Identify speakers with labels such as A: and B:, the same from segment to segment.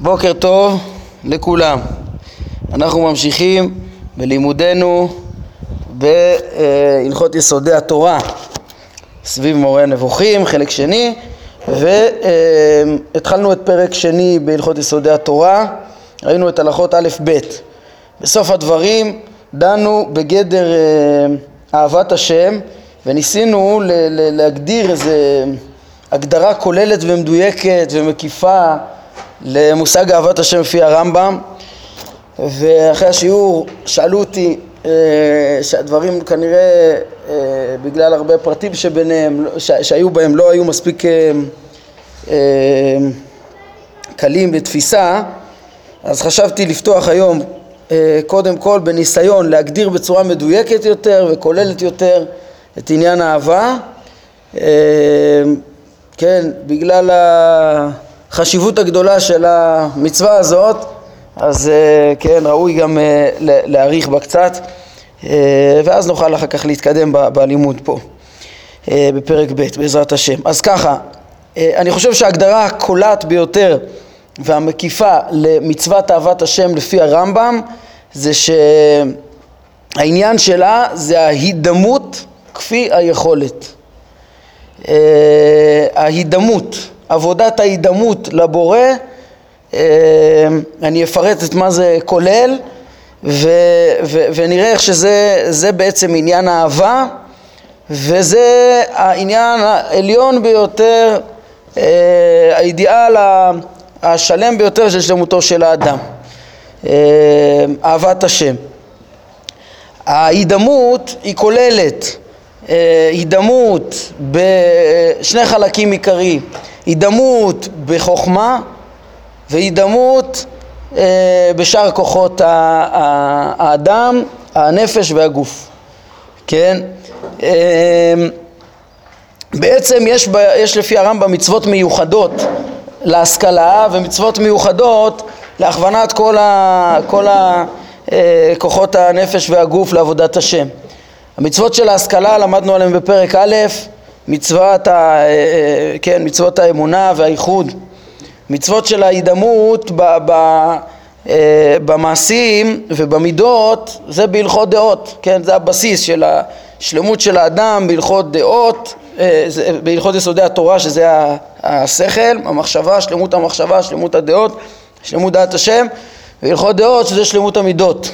A: בוקר טוב לכולם. אנחנו ממשיכים בלימודנו בהלכות יסודי התורה סביב מורה נבוכים, חלק שני, והתחלנו את פרק שני בהלכות יסודי התורה. ראינו את הלכות א' ב'. בסוף הדברים דנו בגדר אהבת השם, וניסינו להגדיר איזה הגדרה כוללת ומדויקת ומקיפה למושג אהבת השם לפי הרמב"ם. ואחרי השיעור שאלו אותי שהדברים כנראה בגלל הרבה פרטים שביניהם שהיו בהם לא היו מספיק קלים בתפיסה, אז חשבתי לפתוח היום קודם כל בניסיון להגדיר בצורה מדויקת יותר וכוללת יותר את עניין האהבה, כן, בגלל החשיבות הגדולה של המצווה הזאת, אז כן, ראוי גם להאריך בה קצת, ואז נוכל אחר כך להתקדם בלימוד פה בפרק ב' בעזרת השם. אז ככה, אני חושב שההגדרה הקולעת ביותר והמקיפה למצוות אהבת השם לפי הרמב"ם זה שהעניין שלה זה ההידמות כפי היכולת. ההידמות, עבודת ההידמות לבורא, אני אפרט את מה זה כולל ונראה איך שזה בעצם עניין האהבה, וזה העניין העליון ביותר, האידיאל השלם ביותר של שלמותו של האדם, אהבת השם. ההידמות היא כוללת הידמות בשני חלקים עיקריים, הידמות בחוכמה והידמות בשאר כוחות האדם, הנפש והגוף. כן? בעצם יש לפי הרמב"ם מצוות מיוחדות להשכלה ומצוות מיוחדות להכוונת כל כוחות הנפש והגוף לעבודת השם. המצוות של ההשכלה למדנו עליהן בפרק א', מצוות האמונה והייחוד. מצוות של ההידמות במעשים ובמידות זה בהלכות דעות, כן? זה הבסיס של השלמות של האדם בהלכות דעות, בהלכות יסודי התורה שזה השכל, המחשבה, שלמות המחשבה, שלמות הדעות, שלמות דעת השם, והלכות דעות שזה שלמות המידות.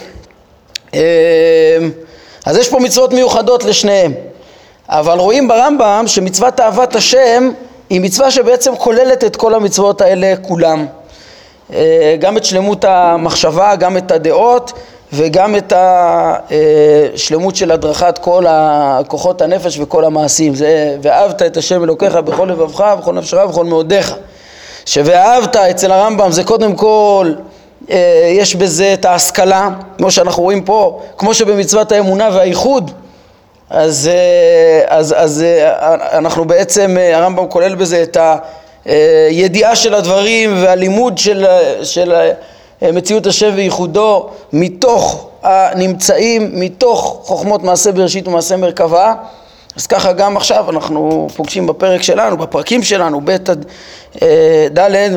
A: אז יש פה מצוות מיוחדות לשניהם, אבל רואים ברמב"ם שמצוות אהבת השם היא מצווה שבעצם כוללת את כל המצוות האלה כולם, גם את שלמות המחשבה, גם את הדעות, וגם את השלמות של הדרכת כל כוחות הנפש וכל המעשים. זה ואהבת את השם אלוקיך בכל לבבך ובכל נפשך ובכל מאודיך. שוואהבת אצל הרמב"ם זה קודם כל יש בזה את ההשכלה, כמו שאנחנו רואים פה, כמו שבמצוות האמונה והייחוד, אז אנחנו בעצם, הרמב"ם כולל בזה את הידיעה של הדברים והלימוד של מציאות השם וייחודו מתוך הנמצאים, מתוך חוכמות מעשה בראשית ומעשה מרכבה. אז ככה גם עכשיו אנחנו פוגשים בפרק שלנו, בפרקים שלנו, ב' עד ד',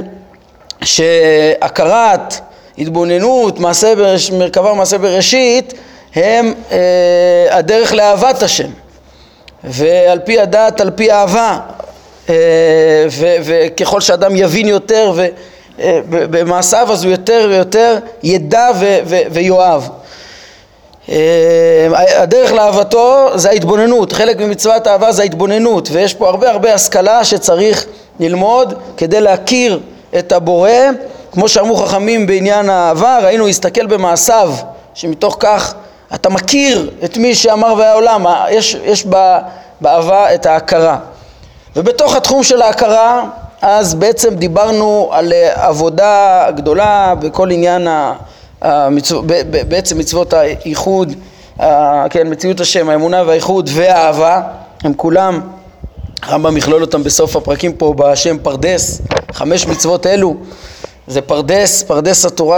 A: שהכרת, התבוננות, מעשה מרכבה ומעשה בראשית הם הדרך לאהבת השם, ועל פי הדעת, על פי אהבה, וככל שאדם יבין יותר במעשיו אז הוא יותר ויותר ידע ויואב. הדרך לאהבתו זה ההתבוננות, חלק ממצוות האהבה זה ההתבוננות, ויש פה הרבה השכלה שצריך ללמוד כדי להכיר את הבורא. כמו שאמרו חכמים בעניין האהבה, ראינו להסתכל במעשיו, שמתוך כך אתה מכיר את מי שאמר והעולם, יש באהבה את ההכרה. ובתוך התחום של ההכרה, אז בעצם דיברנו על עבודה גדולה בכל עניין בעצם מצוות הייחוד, כן, מציאות השם, האמונה והייחוד והאהבה, הם כולם, הרמב"ם מכלול אותם בסוף הפרקים פה בשם פרדס, 5 מצוות אלו, זה פרדס התורה,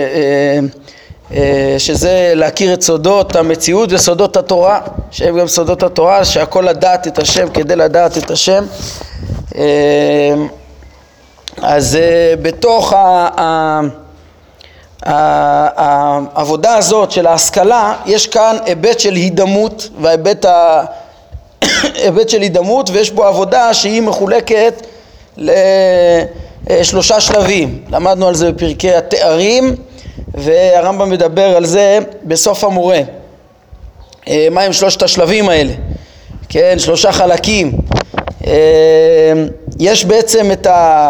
A: שזה להכיר את סודות המציאות וסודות התורה, שהם גם סודות התורה, שהכל לדעת את השם כדי לדעת את השם. אז בתוך העבודה הזאת של ההשכלה יש כאן היבט של הידמות והיבט של הידמות, ויש בו עבודה שהיא מחולקת לשלושה שלבים. למדנו על זה בפרקי התארים, והרמב"ם מדבר על זה בסוף המורה. מה הם שלושת השלבים האלה? כן, שלושה חלקים. יש בעצם את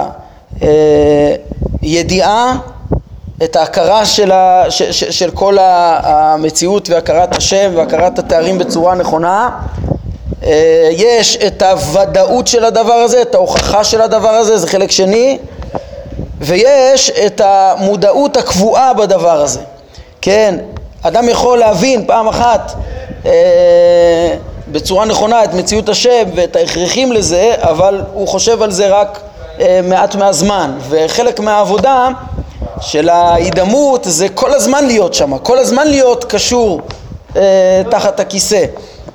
A: הידיעה, את ההכרה של כל המציאות והכרת השם והכרת התארים בצורה נכונה. יש את הוודאות של הדבר הזה, את ההוכחה של הדבר הזה, זה חלק שני. ויש את המודעות הקבועה בדבר הזה. כן, אדם יכול להבין פעם אחת בצורה נכונה את מציאות השם ואת ההכרחים לזה, אבל הוא חושב על זה רק מעט מהזמן. וחלק מהעבודה של ההידמות זה כל הזמן להיות שם, כל הזמן להיות קשור תחת הכיסא,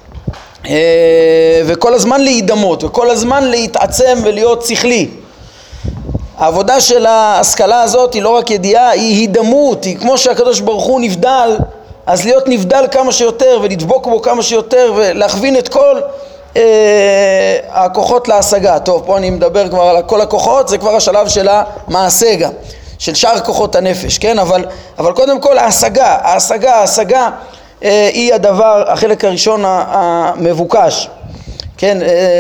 A: וכל הזמן להידמות, וכל הזמן להתעצם ולהיות שכלי. העבודה של ההשכלה הזאת היא לא רק ידיעה, היא הידמות, היא כמו שהקדוש ברוך הוא נבדל, אז להיות נבדל כמה שיותר ולדבוק בו כמה שיותר ולהכווין את כל הכוחות להשגה. טוב, פה אני מדבר כבר על כל הכוחות, זה כבר השלב של המעשה גם, של שאר כוחות הנפש, כן? אבל קודם כל ההשגה היא הדבר, החלק הראשון המבוקש, כן?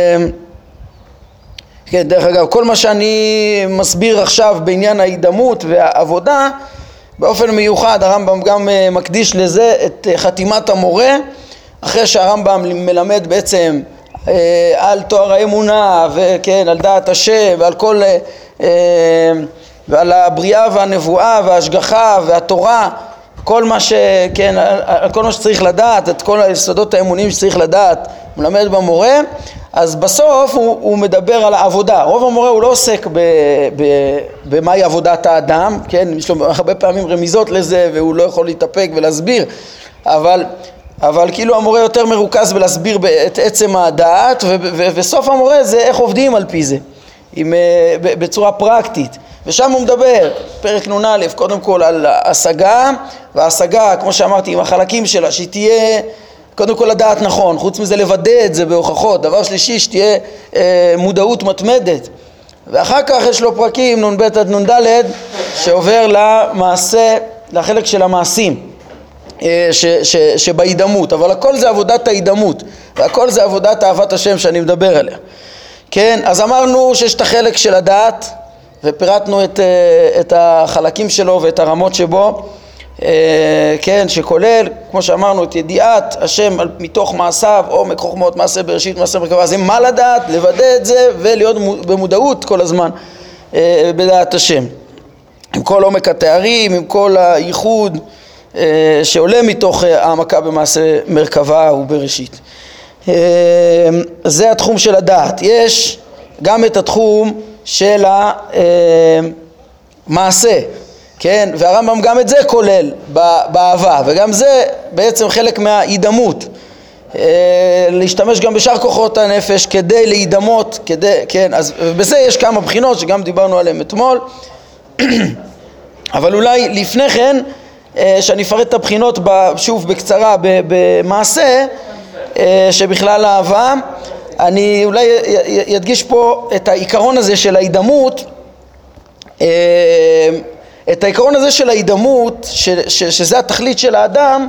A: כן, דרך אגב, כל מה שאני מסביר עכשיו בעניין ההידמות והעבודה, באופן מיוחד הרמב"ם גם מקדיש לזה את חתימת המורה, אחרי שהרמב"ם מלמד בעצם על תואר האמונה, וכן, על דעת השם, ועל כל, ועל הבריאה והנבואה וההשגחה והתורה, כל מה כן, על כל מה שצריך לדעת, את כל היסודות האמונים שצריך לדעת, מלמד במורה. אז בסוף הוא מדבר על העבודה. רוב המורה הוא לא עוסק במהי עבודת האדם, כן? יש לו הרבה פעמים רמיזות לזה והוא לא יכול להתאפק ולהסביר, אבל כאילו המורה יותר מרוכז בלהסביר את עצם הדעת, וסוף המורה זה איך עובדים על פי זה, בצורה פרקטית. ושם הוא מדבר, פרק נ"א, קודם כל על השגה, וההשגה, כמו שאמרתי, עם החלקים שלה, שהיא תהיה קודם כל לדעת נכון, חוץ מזה לוודא את זה בהוכחות. דבר שלישי, שתהיה מודעות מתמדת. ואחר כך יש לו פרקים נ"ב עד נ"ד שעובר למעשה, לחלק של המעשים שבהידמות. אבל הכל זה עבודת ההידמות, והכל זה עבודת אהבת השם שאני מדבר עליה. כן, אז אמרנו שיש את החלק של הדעת, ופירטנו את החלקים שלו ואת הרמות שבו, כן, שכולל, כמו שאמרנו, את ידיעת השם מתוך מעשיו, או מכוחמות מעשה בראשית, מעשה מרכבה. זה מה לדעת, לוודא את זה ולהיות במודעות כל הזמן בדעת השם, עם כל עומק התארים, עם כל הייחוד שעולה מתוך העמקה במעשה מרכבה ובראשית. זה התחום של הדעת. יש גם את התחום של המעשה, כן? והרמב"ם גם את זה כולל באהבה, וגם זה בעצם חלק מההידמות, להשתמש גם בשאר כוחות הנפש כדי להידמות, כן? אז בזה יש כמה בחינות שגם דיברנו עליהן אתמול. אבל אולי לפני כן, שאני אפרט את הבחינות שוב בקצרה במעשה, שבכלל האהבה, אני אולי ידגיש פה את העיקרון הזה של ההידמות, את העיקרון הזה של ההידמות, שזה התכלית של האדם,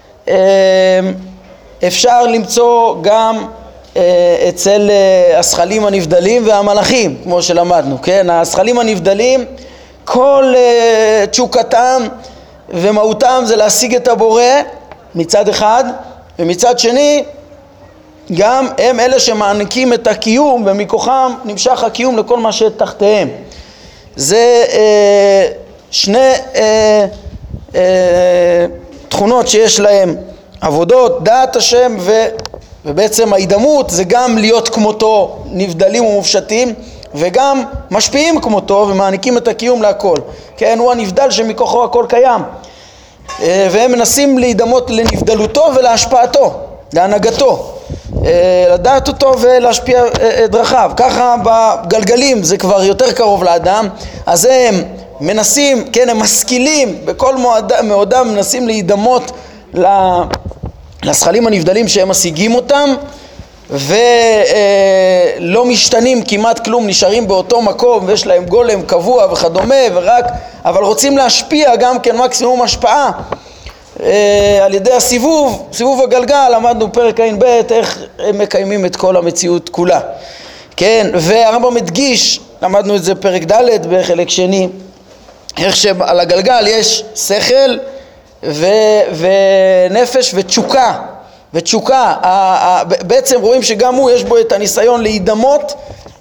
A: אפשר למצוא גם אצל השכלים הנבדלים והמלאכים, כמו שלמדנו, כן? השכלים הנבדלים, כל תשוקתם ומהותם זה להשיג את הבורא מצד אחד, ומצד שני גם הם אלה שמעניקים את הקיום, ומכוחם נמשך הקיום לכל מה שתחתיהם. זה שני תכונות שיש להם עבודות, דעת השם ובעצם ההידמות זה גם להיות כמותו, נבדלים ומופשטים, וגם משפיעים כמותו ומעניקים את הקיום להכל. כן, הוא הנבדל שמכוחו הכל קיים, והם מנסים להידמות לנבדלותו ולהשפעתו, להנהגתו. לדעת אותו ולהשפיע דרכיו. ככה בגלגלים זה כבר יותר קרוב לאדם, אז הם מנסים, כן, הם משכילים בכל מאודם, מנסים להידמות לשכלים הנבדלים שהם משיגים אותם, ולא משתנים כמעט כלום, נשארים באותו מקום ויש להם גולם קבוע וכדומה, אבל רוצים להשפיע גם כן מקסימום השפעה על ידי סיבוב הגלגל. למדנו פרק ע"ב איך הם מקיימים את כל המציאות כולה, כן, והרמב"ם מדגיש, למדנו את זה פרק ד' בחלק שני, איך שעל הגלגל יש שכל ונפש ותשוקה. בעצם רואים שגם הוא יש בו את הניסיון להידמות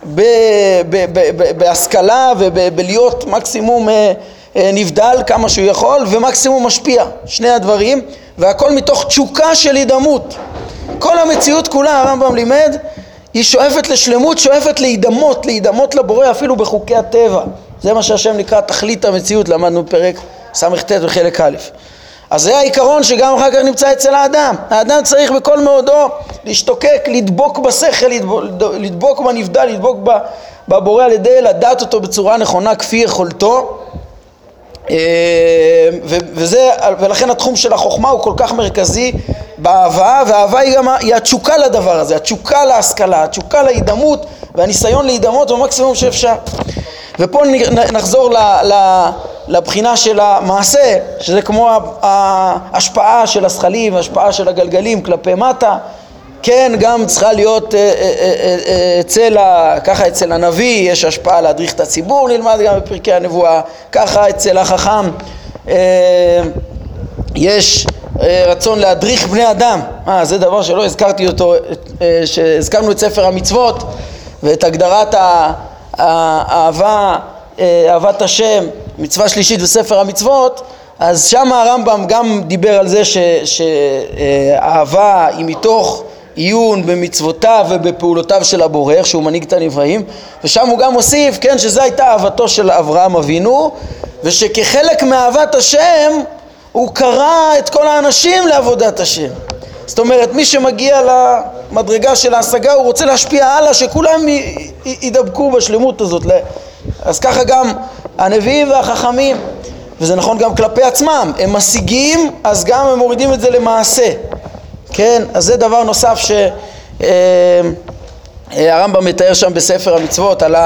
A: בהשכלה ובלהיות מקסימום נבדל כמה שהוא יכול ומקסימום משפיע, שני הדברים, והכל מתוך תשוקה של הידמות. כל המציאות כולה, הרמב"ם לימד, היא שואפת לשלמות, שואפת להידמות לבורא אפילו בחוקי הטבע. זה מה שהשם נקרא תכלית המציאות, למדנו פרק ס"ט וחלק א'. אז זה העיקרון שגם אחר כך נמצא אצל האדם. האדם צריך בכל מאודו להשתוקק, לדבוק בשכל, לדבוק בנבדל, לדבוק בבורא על ידי לדעת אותו בצורה נכונה כפי יכולתו. ולכן התחום של החוכמה הוא כל כך מרכזי באהבה, והאהבה היא התשוקה לדבר הזה, התשוקה להשכלה, התשוקה להידמות והניסיון להידמות במקסימום שאפשר. ופה נחזור לבחינה של המעשה, שזה כמו ההשפעה של השכלים וההשפעה של הגלגלים כלפי מטה. כן, גם צריכה להיות ככה אצל הנביא יש השפעה להדריך את הציבור, נלמד גם בפרקי הנבואה. ככה אצל החכם יש רצון להדריך בני אדם. זה דבר שלא הזכרתי אותו, שהזכרנו את ספר המצוות ואת הגדרת אהבת השם, מצווה שלישית בספר המצוות. אז שם הרמב"ם גם דיבר על זה שאהבה היא מתוך עיון במצוותיו ובפעולותיו של הבורא, איך שהוא מנהיג את הנבראים, ושם הוא גם הוסיף, כן, שזו הייתה אהבתו של אברהם אבינו, ושכחלק מאהבת השם הוא קרא את כל האנשים לעבודת השם. זאת אומרת, מי שמגיע למדרגה של ההשגה הוא רוצה להשפיע הלאה, שכולם ידבקו בשלמות הזאת. אז ככה גם הנביאים והחכמים, וזה נכון גם כלפי עצמם, הם משיגים, אז גם הם מורידים את זה למעשה. כן, אז זה דבר נוסף שהרמב"ם מתאר שם בספר המצוות, על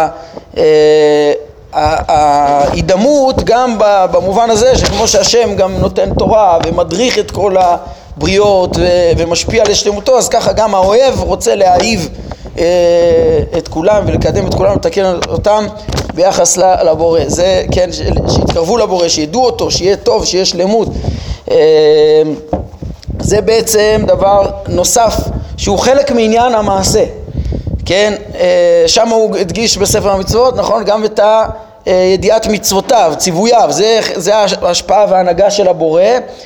A: ההידמות גם במובן הזה שכמו שהשם גם נותן תורה ומדריך את כל הבריות ומשפיע על שלמותו, אז ככה גם האוהב רוצה להאהיב את כולם ולקדם את כולם, לתקן אותם ביחס לבורא. זה כן, שיתקרבו לבורא, שידעו אותו, שיהיה טוב, שיהיה שלמות. זה בעצם דבר נוסף שהוא חלק מעניין המעשה. כן, שם הוא הדגיש בספר המצוות, נכון, גם את ידיעת מצוותיו, ציווייו, זה ההשפעה וההנהגה של הבורא.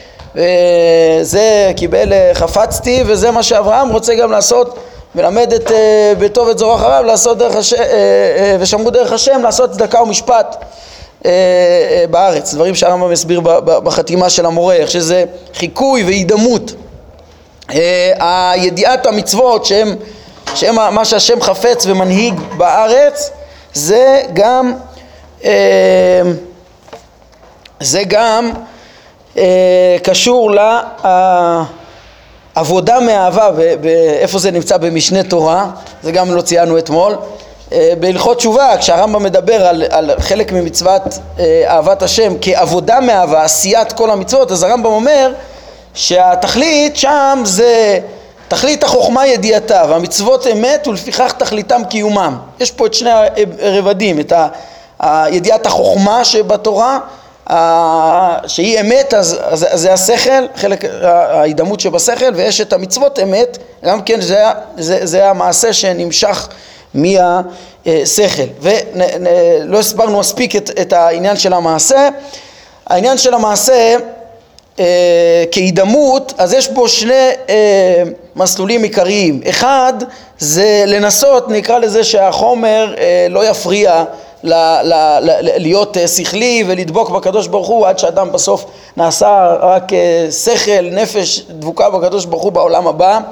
A: זה קיבל חפצתי, וזה מה שאברהם רוצה גם לעשות, מלמד את ביתו ואת זרוע אחריו לעשות דרך השם, ושמרו דרך השם לעשות צדקה ומשפט בארץ. דברים שהרמב"ם מסביר בחתימה של המורה, איך שזה חיקוי והידמות. הידיעת המצוות שהם מה שהשם חפץ ומנהיג בארץ, זה גם קשור לעבודה מאהבה, ואיפה זה נמצא במשנה תורה, זה גם לא ציינו אתמול. בהלכות תשובה, כשהרמב"ם מדבר על חלק ממצוות אהבת השם כעבודה מאהבה, עשיית כל המצוות, אז הרמב"ם אומר שהתכלית שם זה תכלית החוכמה ידיעתה, והמצוות אמת ולפיכך תכליתם קיומם. יש פה את שני הרבדים, את ידיעת החוכמה שבתורה, שהיא אמת, אז זה השכל, חלק ההידמות שבשכל, ויש את המצוות אמת, גם כן זה המעשה שנמשך מהשכל. ולא הסברנו מספיק את העניין של המעשה. העניין של המעשה כהידמות, אז יש בו שני מסלולים עיקריים. אחד זה לנסות, נקרא לזה שהחומר לא יפריע להיות שכלי ולדבוק בקדוש ברוך הוא, עד שאדם בסוף נעשה רק שכל, נפש דבוקה בקדוש ברוך הוא בעולם הבא.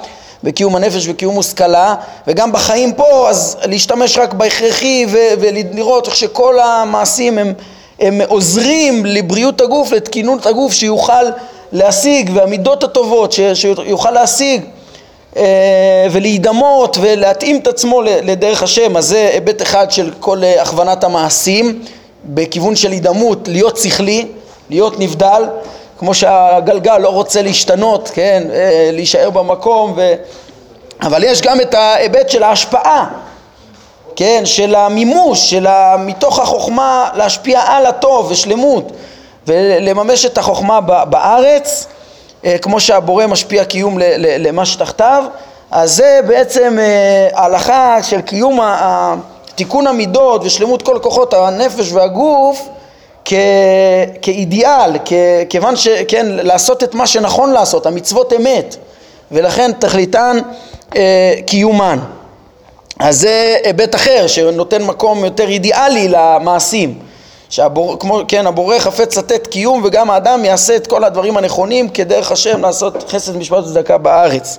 A: בקיום הנפש וקיום מושכלה, וגם בחיים פה אז להשתמש רק בהכרחי ולראות איך שכל המעשים הם עוזרים לבריאות הגוף, לתקינות הגוף שיוכל להשיג, והמידות הטובות שיוכל להשיג ולהידמות ולהתאים את עצמו לדרך השם. אז זה היבט אחד של כל הכוונת המעשים בכיוון של הידמות, להיות שכלי, להיות נבדל, כמו שהגלגל לא רוצה להשתנות, כן, להישאר במקום, אבל יש גם את ההיבט של ההשפעה, כן, של המימוש, מתוך החוכמה להשפיע על הטוב ושלמות ולממש את החוכמה בארץ, כמו שהבורא משפיע קיום למה שתחתיו. אז זה בעצם ההלכה של קיום תיקון המידות ושלמות כל כוחות הנפש והגוף כאידיאל, כיוון שכן, לעשות את מה שנכון לעשות, המצוות אמת, ולכן תכליתן קיומן. אז זה היבט אחר שנותן מקום יותר אידיאלי למעשים, כמו כן, הבורא חפץ לתת קיום, וגם האדם יעשה את כל הדברים הנכונים כדרך השם לעשות חסד משפט וצדקה בארץ.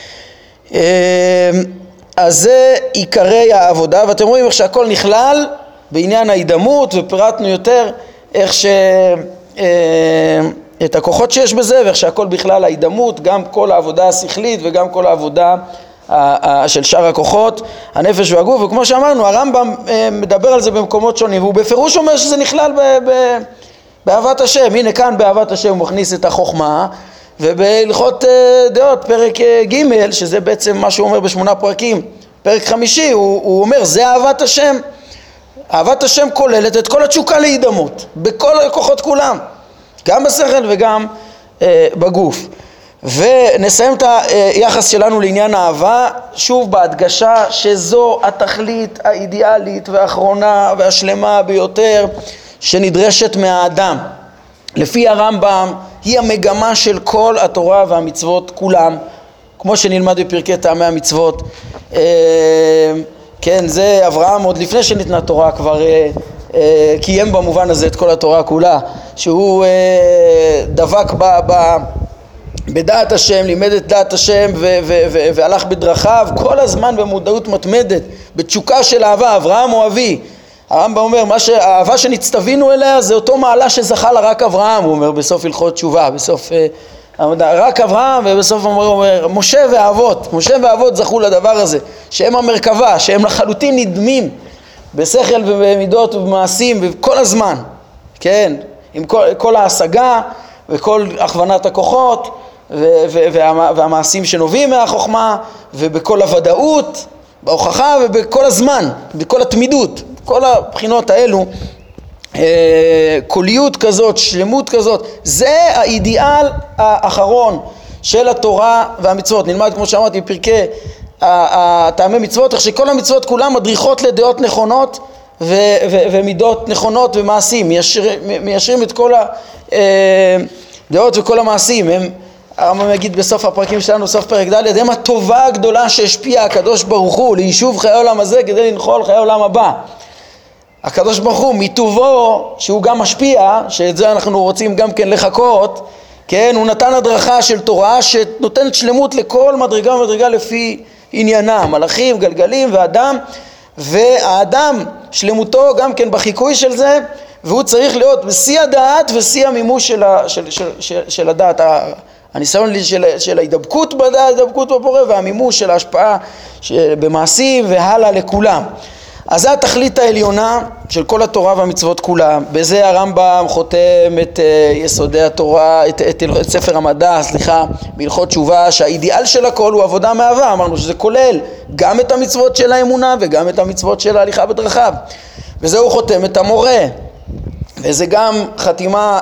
A: אז זה עיקרי העבודה, ואתם רואים איך שהכל נכלל בעניין ההידמות, ופירטנו יותר איך את הכוחות שיש בזה, ואיך שהכל בכלל ההידמות, גם כל העבודה השכלית וגם כל העבודה של שאר הכוחות, הנפש והגוף. וכמו שאמרנו, הרמב"ם מדבר על זה במקומות שונים, והוא בפירוש אומר שזה נכלל באהבת השם. הנה כאן באהבת השם הוא מכניס את החוכמה, ובהלכות דעות פרק ג', שזה בעצם מה שהוא אומר ב8 פרקים, פרק 5, הוא אומר זה אהבת השם. אהבת השם כוללת את כל התשוקה להידמות בכל הכוחות כולם, גם בשכל וגם בגוף. ונסיים את היחס שלנו לעניין האהבה שוב בהדגשה שזו התכלית האידיאלית והאחרונה והשלמה ביותר שנדרשת מהאדם. לפי הרמב"ם היא המגמה של כל התורה והמצוות כולם, כמו שנלמד בפרקי טעמי המצוות. כן, זה אברהם עוד לפני שניתנה תורה כבר קיים במובן הזה את כל התורה כולה, שהוא דבק בדעת השם, לימד את דעת השם והלך בדרכיו כל הזמן במודעות מתמדת, בתשוקה של אהבה. אברהם הוא אבי. הרמב"ם אומר, האהבה שנצטווינו אליה זה אותו מעלה שזכה לה רק אברהם, הוא אומר בסוף הלכות תשובה, בסוף רק אברהם, ובסוף הוא אומר משה ואבות זכו לדבר הזה, שהם המרכבה, שהם לחלוטין נדמים בשכל ובמידות ובמעשים וכל הזמן, כן, עם כל ההשגה וכל הכוונת הכוחות והמעשים שנובעים מהחוכמה, ובכל הוודאות בהוכחה ובכל הזמן, בכל התמידות, כל הבחינות האלו, קוליות כזאת, שלמות כזאת, זה האידיאל האחרון של התורה והמצוות. נלמד כמו שאמרתי בפרקי טעמי מצוות, איך שכל המצוות כולם מדריכות לדעות נכונות ומידות נכונות ומעשים, מיישרים את כל הדעות וכל המעשים. הרמב"ם יגיד בסוף הפרקים שלנו, סוף פרק ד', הם הטובה הגדולה שהשפיע הקדוש ברוך הוא ליישוב חיי העולם הזה כדי לנחול חיי העולם הבא. הקדוש ברוך הוא מטובו שהוא גם משפיע, שאת זה אנחנו רוצים גם כן לחכות, כן, הוא נתן הדרכה של תורה שנותנת שלמות לכל מדרגה ומדרגה לפי עניינה, מלאכים, גלגלים ואדם, והאדם שלמותו גם כן בחיקוי של זה, והוא צריך להיות בשיא הדעת ושיא המימוש של הדעת, הניסיון של ההידבקות בדעת, ההידבקות בבורא, והמימוש של ההשפעה במעשים והלאה לכולם. אז זה התכלית העליונה של כל התורה והמצוות כולם. בזה הרמב"ם חותם את יסודי התורה, את ספר המדע, בהלכות תשובה, שהאידיאל של הכל הוא עבודה מאהבה. אמרנו שזה כולל גם את המצוות של האמונה וגם את המצוות של ההליכה בדרכיו. וזה הוא חותם את המורה. וזה גם חתימה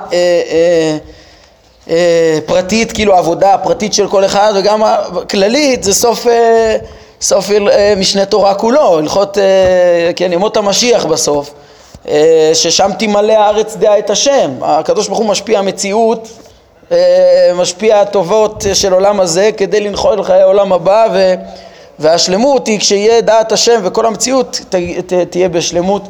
A: פרטית, כאילו עבודה פרטית של כל אחד, וגם כללית זה סוף משנה תורה כולו, הלכות, כן, ימות המשיח בסוף, ששם תמלא הארץ דעה את השם. הקדוש ברוך הוא משפיע מציאות, משפיע טובות של עולם הזה כדי לנחול חיי העולם הבא, והשלמות היא כשיהיה דעת השם וכל המציאות תהיה בשלמות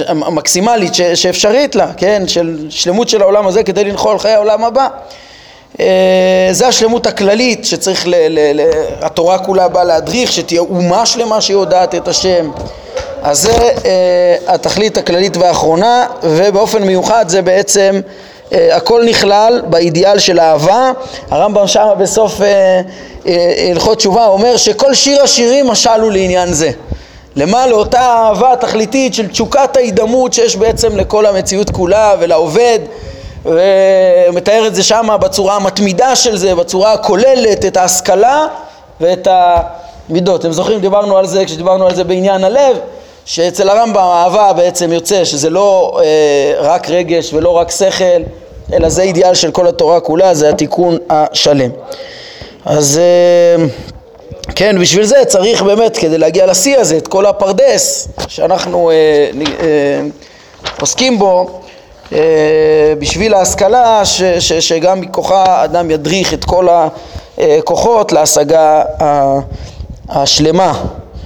A: מקסימלית שאפשרית לה, כן, של שלמות של העולם הזה כדי לנחול חיי העולם הבא. זה השלמות הכללית שצריך, התורה כולה באה להדריך, שתהיה אומה שלמה שיודעת את השם. אז זה התכלית הכללית והאחרונה, ובאופן מיוחד זה בעצם הכל נכלל באידיאל של האהבה. הרמב"ם שם בסוף הלכות תשובה אומר שכל שיר השירים משל הוא לעניין זה. למה? לאותה אהבה התכליתית של תשוקת ההידמות שיש בעצם לכל המציאות כולה ולעובד, ומתאר את זה שם בצורה המתמידה של זה, בצורה הכוללת, את ההשכלה ואת המידות. אתם זוכרים, דיברנו על זה כשדיברנו על זה בעניין הלב, שאצל הרמב"ם האהבה בעצם יוצא שזה לא רק רגש ולא רק שכל, אלא זה אידיאל של כל התורה כולה, זה התיקון השלם. אז כן, בשביל זה צריך באמת, כדי להגיע לשיא הזה, את כל הפרדס שאנחנו עוסקים בו, בשביל ההשכלה שגם מכוחה האדם ידריך את כל הכוחות להשגה השלמה.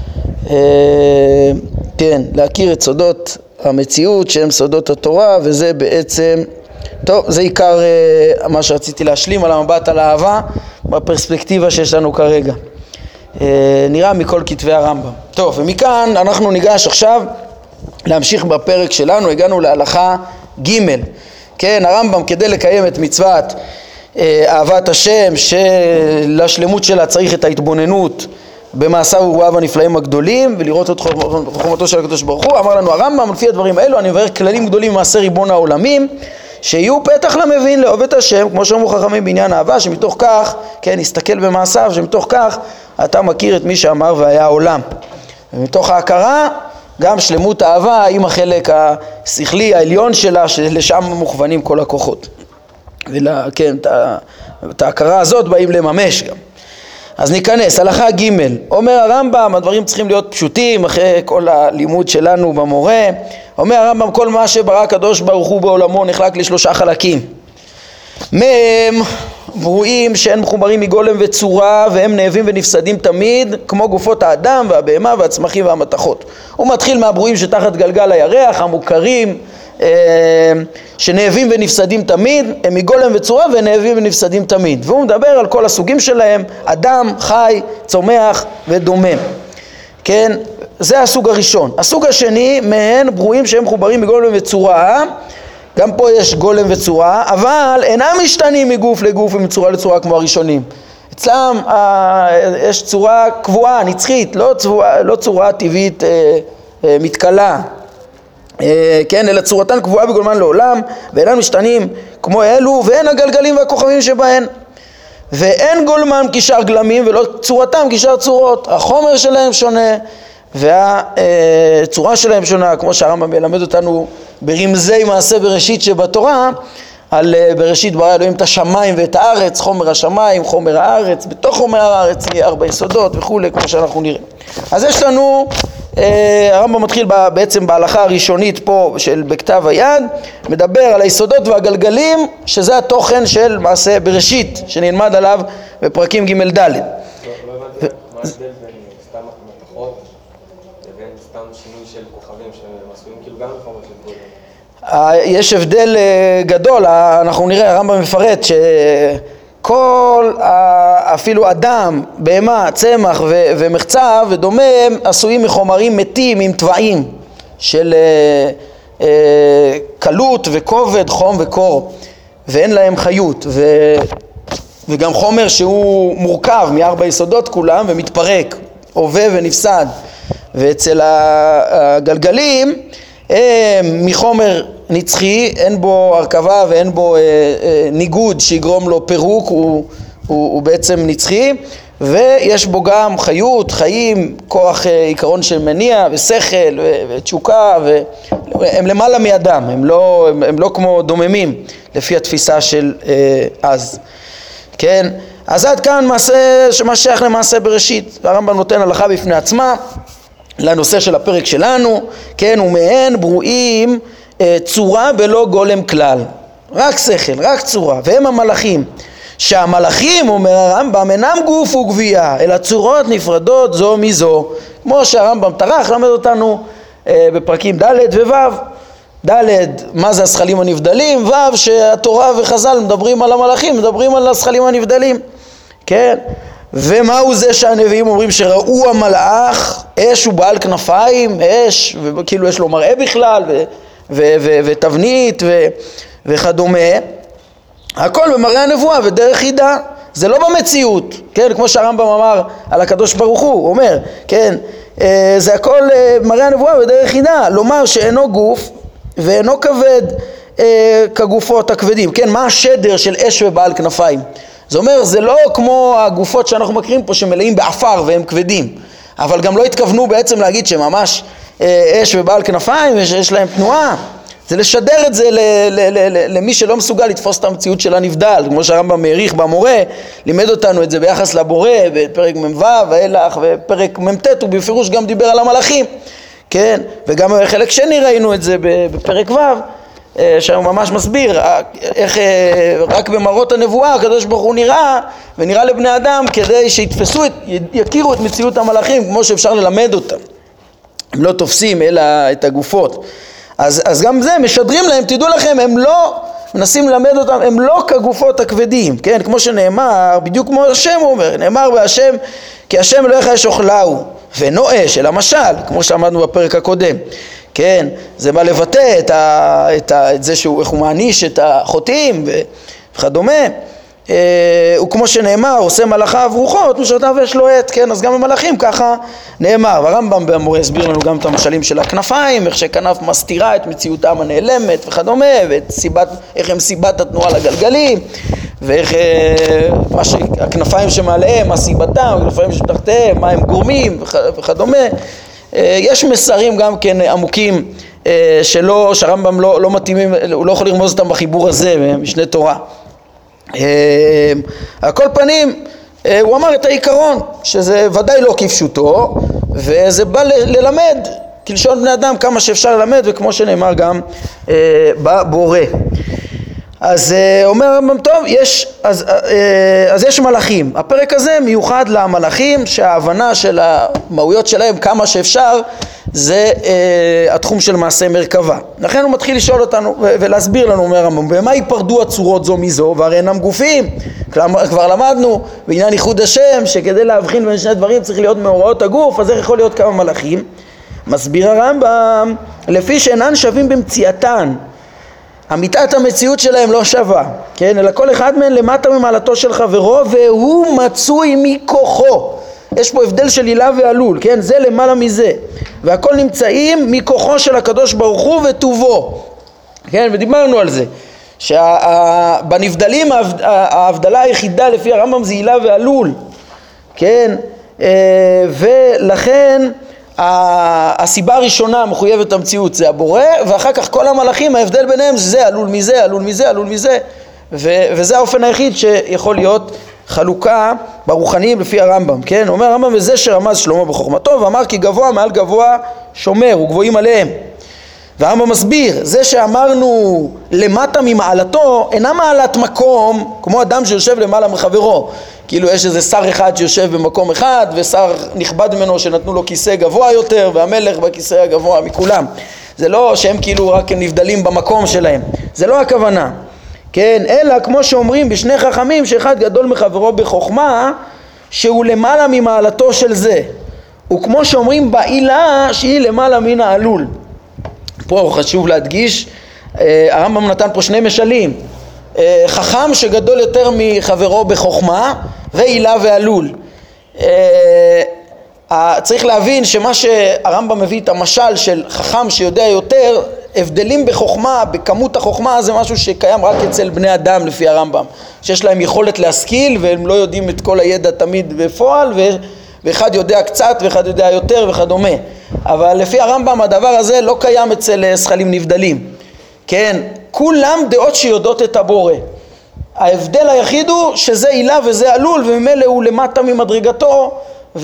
A: כן, להכיר את סודות המציאות שהם סודות התורה, וזה בעצם, טוב, זה עיקר מה שרציתי להשלים על המבט על האהבה בפרספקטיבה שיש לנו כרגע. נראה מכל כתבי הרמב"ם. טוב, ומכאן אנחנו ניגש עכשיו להמשיך בפרק שלנו. הגענו להלכה ג'. כן, הרמב"ם כדי לקיים את מצוות אהבת השם שלשלמות שלה צריך את ההתבוננות במעשיו וברואיו הנפלאים הגדולים ולראות את חוכמתו של הקדוש ברוך הוא. אמר לנו הרמב"ם, לפי הדברים האלו אני מבאר כללים גדולים ממעשה ריבון העולמים שיהיו פתח למבין לאהוב את השם, כמו שאמרו חכמים בעניין אהבה, שמתוך כך, כן, נסתכל במעשיו, שמתוך כך אתה מכיר את מי שאמר והיה העולם. ומתוך ההכרה גם שלמות האהבה עם החלק השכלי העליון שלה, שלשם מוכוונים כל הכוחות. וכן, את ההכרה הזאת באים לממש גם. אז ניכנס, הלכה ג'. אומר הרמב"ם, הדברים צריכים להיות פשוטים אחרי כל הלימוד שלנו במורה. אומר הרמב"ם, כל מה שברא הקדוש ברוך הוא בעולמו נחלק לשלושה חלקים. מהם ברואים שאין מחוברים מגולם וצורה, והם נאבים ונפסדים תמיד, כמו גופות האדם והבהמה והצמחים והמתכות. הוא מתחיל מהברואים שתחת גלגל הירח, המוכרים, שנאבים ונפסדים תמיד, הם מגולם וצורה ונאבים ונפסדים תמיד. והוא מדבר על כל הסוגים שלהם, אדם, חי, צומח ודומם. כן, זה הסוג הראשון. הסוג השני, מהן ברואים שהם מחוברים מגולם וצורה, גם פה יש גולם וצורה, אבל אינם משתנים מגוף לגוף ומצורה לצורה כמו הראשונים. אצלם יש צורה קבועה, נצחית, לא צורה טבעית מתקלה. כן, אלא צורתן קבועה בגולמן לעולם, ואינם משתנים כמו אלו, ואין הגלגלים והכוכבים שבהן. ואין גולמן כשאר גלמים, ולא צורתם כשאר צורות. החומר שלהם שונה, והצורה שלהם שונה, כמו שהרמב"ם מלמד אותנו ברמזי מעשה בראשית שבתורה, על בראשית ברא אלוהים את השמיים ואת הארץ, חומר השמיים, חומר הארץ, בתוך חומר הארץ יהיה 4 יסודות וכו', כמו שאנחנו נראה. אז יש לנו, הרמב"ם מתחיל בעצם בהלכה הראשונית פה בכתב היד, מדבר על היסודות והגלגלים, שזה התוכן של מעשה בראשית, שנלמד עליו בפרקים ג' ד'.
B: לא הבנתי מה ההבדל בין סתם מתכות לבין סתם שינוי של כוכבים שמסויים כאילו גם לחומות של גולם?
A: יש הבדל גדול, אנחנו נראה, הרמב"ם מפרט שכל, אפילו אדם, בהמה, צמח ומחצב ודומם עשויים מחומרים מתים עם טבעים של קלות וכובד, חום וקור, ואין להם חיות, וגם חומר שהוא מורכב מ4 יסודות כולם ומתפרק, עובד ונפסד. ואצל הגלגלים מחומר נצחי, אין בו הרכבה ואין בו ניגוד שיגרום לו פירוק, הוא בעצם נצחי, ויש בו גם חיות, חיים, כוח עיקרון של מניע ושכל ותשוקה, והם למעלה מאדם, הם לא כמו דוממים לפי התפיסה של אז. כן, אז עד כאן מעשה שמה שייך למעשה בראשית. הרמב"ם נותן הלכה בפני עצמה לנושא של הפרק שלנו, כן, ומהן ברואים צורה בלא גולם כלל, רק שכל, רק צורה, והם המלאכים, שהמלאכים, אומר הרמב"ם, אינם גוף וגבייה, אלא צורות נפרדות זו מזו, כמו שהרמב"ם טרח למד אותנו בפרקים ד' וו'. ד' מה זה הזכלים הנבדלים, ו' שהתורה וחז"ל מדברים על המלאכים, מדברים על הזכלים הנבדלים, כן? ומהו זה שהנביאים אומרים שראו המלאך, אש הוא בעל כנפיים, אש, וכאילו יש לו מראה בכלל, ותבנית וכדומה, הכל במראה הנבואה ודרך חידה, זה לא במציאות, כן? כמו שהרמב"ם אמר על הקדוש ברוך הוא אומר, כן? זה הכל מראה הנבואה ודרך חידה, לומר שאינו גוף ואינו כבד כגופות הכבדים, כן? מה השדר של אש ובעל כנפיים? זה אומר, זה לא כמו הגופות שאנחנו מכירים פה שמלאים באפר והם כבדים, אבל גם לא התכוונו בעצם להגיד שממש אש ובעל כנפיים יש להם תנועה, זה לשדר את זה למי שלא מסוגל לתפוס את המציאות של הנבדל, כמו שהרמב"ם מעריך במורה, לימד אותנו את זה ביחס לבורא, בפרק מ"ו ואילך, ופרק מ"ט הוא בפירוש גם דיבר על המלאכים, כן? וגם חלק שני ראינו את זה בפרק ו', שהוא ממש מסביר איך רק במראות הנבואה הקדוש ברוך הוא נראה ונראה לבני אדם כדי שיתפסו, יכירו את מציאות המלאכים כמו שאפשר ללמד אותם, הם לא תופסים אלא את הגופות. אז גם זה משדרים להם, תדעו לכם, הם לא מנסים ללמד אותם, הם לא כגופות הכבדים, כן? כמו שנאמר, בדיוק כמו השם אומר, נאמר בהשם, כי השם אלוהיך יש אוכלהו, ואינו אש, אלא משל, כמו שאמרנו בפרק הקודם, כן? זה בא לבטא את זה איך הוא מעניש את החוטאים וכדומה, וכמו שנאמר, עושה מלאכיו רוחות, משרתיו יש לו עת, כן? אז גם במלאכים ככה נאמר, והרמב"ם במורה הסביר לנו גם את המשלים של הכנפיים, איך שכנף מסתירה את מציאותם הנעלמת וכדומה, ואיך הם סיבת התנועה לגלגלים, ואיך הכנפיים שמעליהם, מה סיבתם, הכנפיים שתחתיהם, מה הם גורמים וכדומה. יש מסרים גם כן עמוקים שהרמב"ם לא מתאימים, הוא לא יכול לרמוז אותם בחיבור הזה, משנה תורה. על כל פנים הוא אמר את העיקרון שזה ודאי לא כפשוטו, וזה בא ללמד כלשון בני אדם כמה שאפשר ללמד, וכמו שנאמר גם בבורא. אז אומר הרמב"ם, טוב, אז יש מלאכים, הפרק הזה מיוחד למלאכים שההבנה של המהויות שלהם כמה שאפשר זה התחום של מעשה מרכבה. לכן הוא מתחיל לשאול אותנו ולהסביר לנו, אומר הרמב"ם, במה ייפרדו הצורות זו מזו, והרי אינם גופים, כבר למדנו בעניין ייחוד השם שכדי להבחין בין שני דברים צריך להיות מאורעות הגוף, אז איך יכול להיות כמה מלאכים? מסביר הרמב"ם, לפי שאינן שווים במציאתן, אמיתת המציאות שלהם לא שווה, כן? אלא כל אחד מהם למטה ממעלתו של חברו, והוא מצוי מכוחו. יש פה הבדל של עילה ועלול, כן? זה למעלה מזה. והכל נמצאים מכוחו של הקדוש ברוך הוא וטובו. כן? ודיברנו על זה. שבנבדלים ההבדלה היחידה לפי הרמב"ם זה עילה ועלול. כן? ולכן הסיבה הראשונה מחויבת המציאות זה הבורא, ואחר כך כל המלאכים ההבדל ביניהם זה עלול מזה, עלול מזה, עלול מזה, וזה האופן היחיד שיכול להיות חלוקה ברוחניים לפי הרמב"ם, כן? אומר הרמב"ם, וזה שרמז שלמה בחוכמתו ואמר כי גבוה מעל גבוה שומר וגבוהים עליהם. והרמב"ם מסביר, זה שאמרנו למטה ממעלתו אינה מעלת מקום כמו אדם שיושב למעלה מחברו, כאילו יש איזה שר אחד שיושב במקום אחד ושר נכבד ממנו שנתנו לו כיסא גבוה יותר והמלך בכיסא הגבוה מכולם. זה לא שהם כאילו רק נבדלים במקום שלהם, זה לא הכוונה, כן? אלא כמו שאומרים בשני חכמים שאחד גדול מחברו בחוכמה שהוא למעלה ממעלתו של זה, וכמו שאומרים בעילה שהיא למעלה מן העלול. פה חשוב להדגיש, הרמב"ם נתן פה שני משלים, חכם שגדול יותר מחברו בחוכמה ועילה ועלול. צריך להבין שמה שהרמב"ם מביא את המשל של חכם שיודע יותר, הבדלים בחוכמה, בכמות החוכמה, זה משהו שקיים רק אצל בני אדם לפי הרמב"ם, שיש להם יכולת להשכיל והם לא יודעים את כל הידע תמיד בפועל, ואחד יודע קצת ואחד יודע יותר וכדומה. אבל לפי הרמב"ם הדבר הזה לא קיים אצל זכלים נבדלים, כן? כולם דעות שיודעות את הבורא. ההבדל היחיד הוא שזה עילה וזה עלול, וממילא הוא למטה ממדרגתו,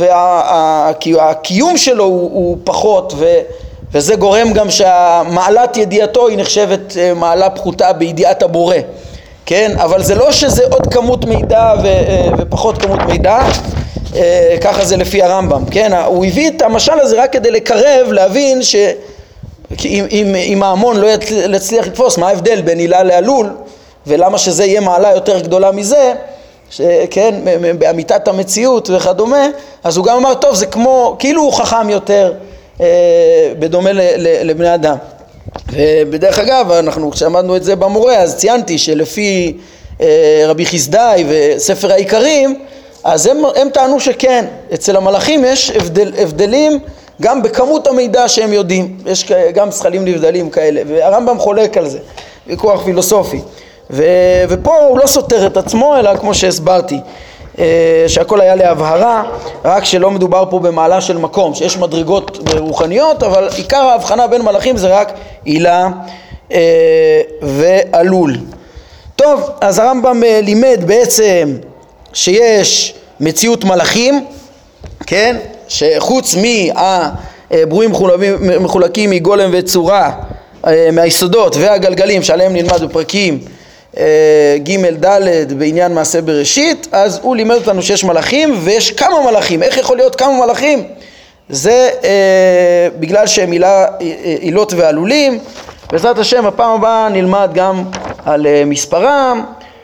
A: והקיום שלו הוא פחות, וזה גורם גם שהמעלת ידיעתו היא נחשבת מעלה פחותה בידיעת הבורא, כן? אבל זה לא שזה עוד כמות מידע ופחות כמות מידע, ככה זה לפי הרמב"ם, כן? הוא הביא את המשל הזה רק כדי לקרב, להבין כי אם ההמון לא יצליח לתפוס, מה ההבדל בין עילה לעלול, ולמה שזה יהיה מעלה יותר גדולה מזה, כן, באמיתת המציאות וכדומה, אז הוא גם אמר, טוב, זה כמו, כאילו הוא חכם יותר, בדומה לבני אדם. ובדרך אגב, אנחנו כשעמדנו את זה במורה, אז ציינתי שלפי רבי חסדאי וספר העיקרים, אז הם טענו שכן, אצל המלאכים יש הבדלים גם בכמות המידע שהם יודעים, יש גם שכלים נבדלים כאלה, והרמב"ם חולק על זה, ויכוח פילוסופי. ופה הוא לא סותר את עצמו, אלא כמו שהסברתי, שהכל היה להבהרה, רק שלא מדובר פה במעלה של מקום, שיש מדרגות רוחניות, אבל עיקר ההבחנה בין מלאכים זה רק עילה ועלול. טוב, אז הרמב"ם לימד בעצם שיש מציאות מלאכים, כן, שחוץ מהברואים מחולקים מגולם וצורה, מהיסודות והגלגלים שעליהם נלמד בפרקים ג' ד' בעניין מעשה בראשית, אז הוא לימד אותנו שיש מלאכים ויש כמה מלאכים. איך יכול להיות כמה מלאכים? זה בגלל שהם עילות ועלולים. בעזרת השם הפעם הבאה נלמד גם על מספרם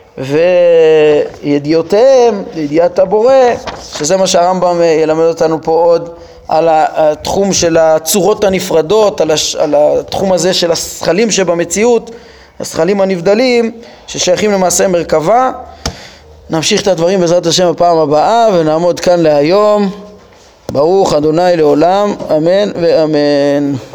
A: וידיעותיהם, ידיעת הבורא, שזה מה שהרמב"ם ילמד אותנו פה עוד על התחום של הצורות הנפרדות, על התחום הזה של השכלים שבמציאות, השכלים הנבדלים ששייכים למעשה מרכבה. נמשיך את הדברים בעזרת השם בפעם הבאה ונעמוד כאן להיום. ברוך אדוני לעולם, אמן ואמן.